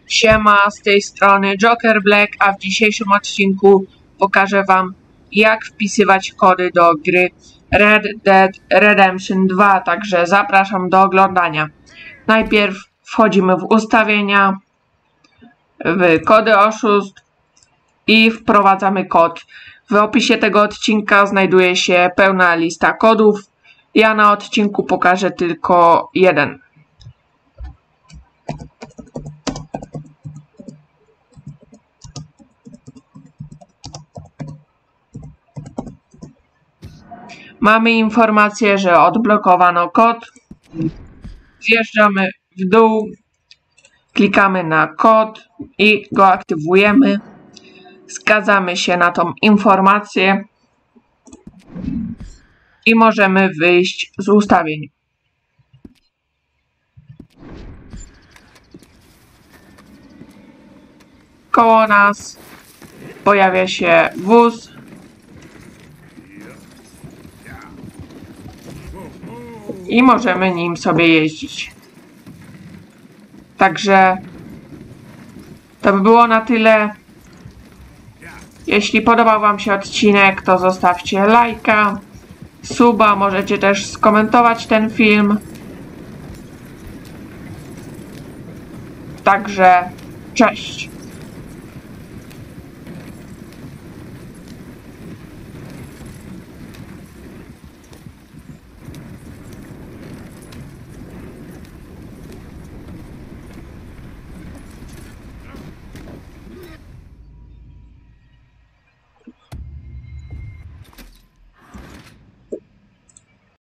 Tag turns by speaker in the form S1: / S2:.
S1: Siema, z tej strony Joker Black, a w dzisiejszym odcinku pokażę wam, jak wpisywać kody do gry Red Dead Redemption 2, także zapraszam do oglądania. Najpierw wchodzimy w ustawienia, w kody oszustw i wprowadzamy kod. W opisie tego odcinka znajduje się pełna lista kodów. Ja na odcinku pokażę tylko jeden. Mamy informację, że odblokowano kod. Zjeżdżamy w dół, klikamy na kod i go aktywujemy. Zgadzamy się na tą informację i możemy wyjść z ustawień. Koło nas pojawia się wóz. I możemy nim sobie jeździć. Także to by było na tyle. Jeśli podobał wam się odcinek, to zostawcie lajka, suba, możecie też skomentować ten film. Także cześć!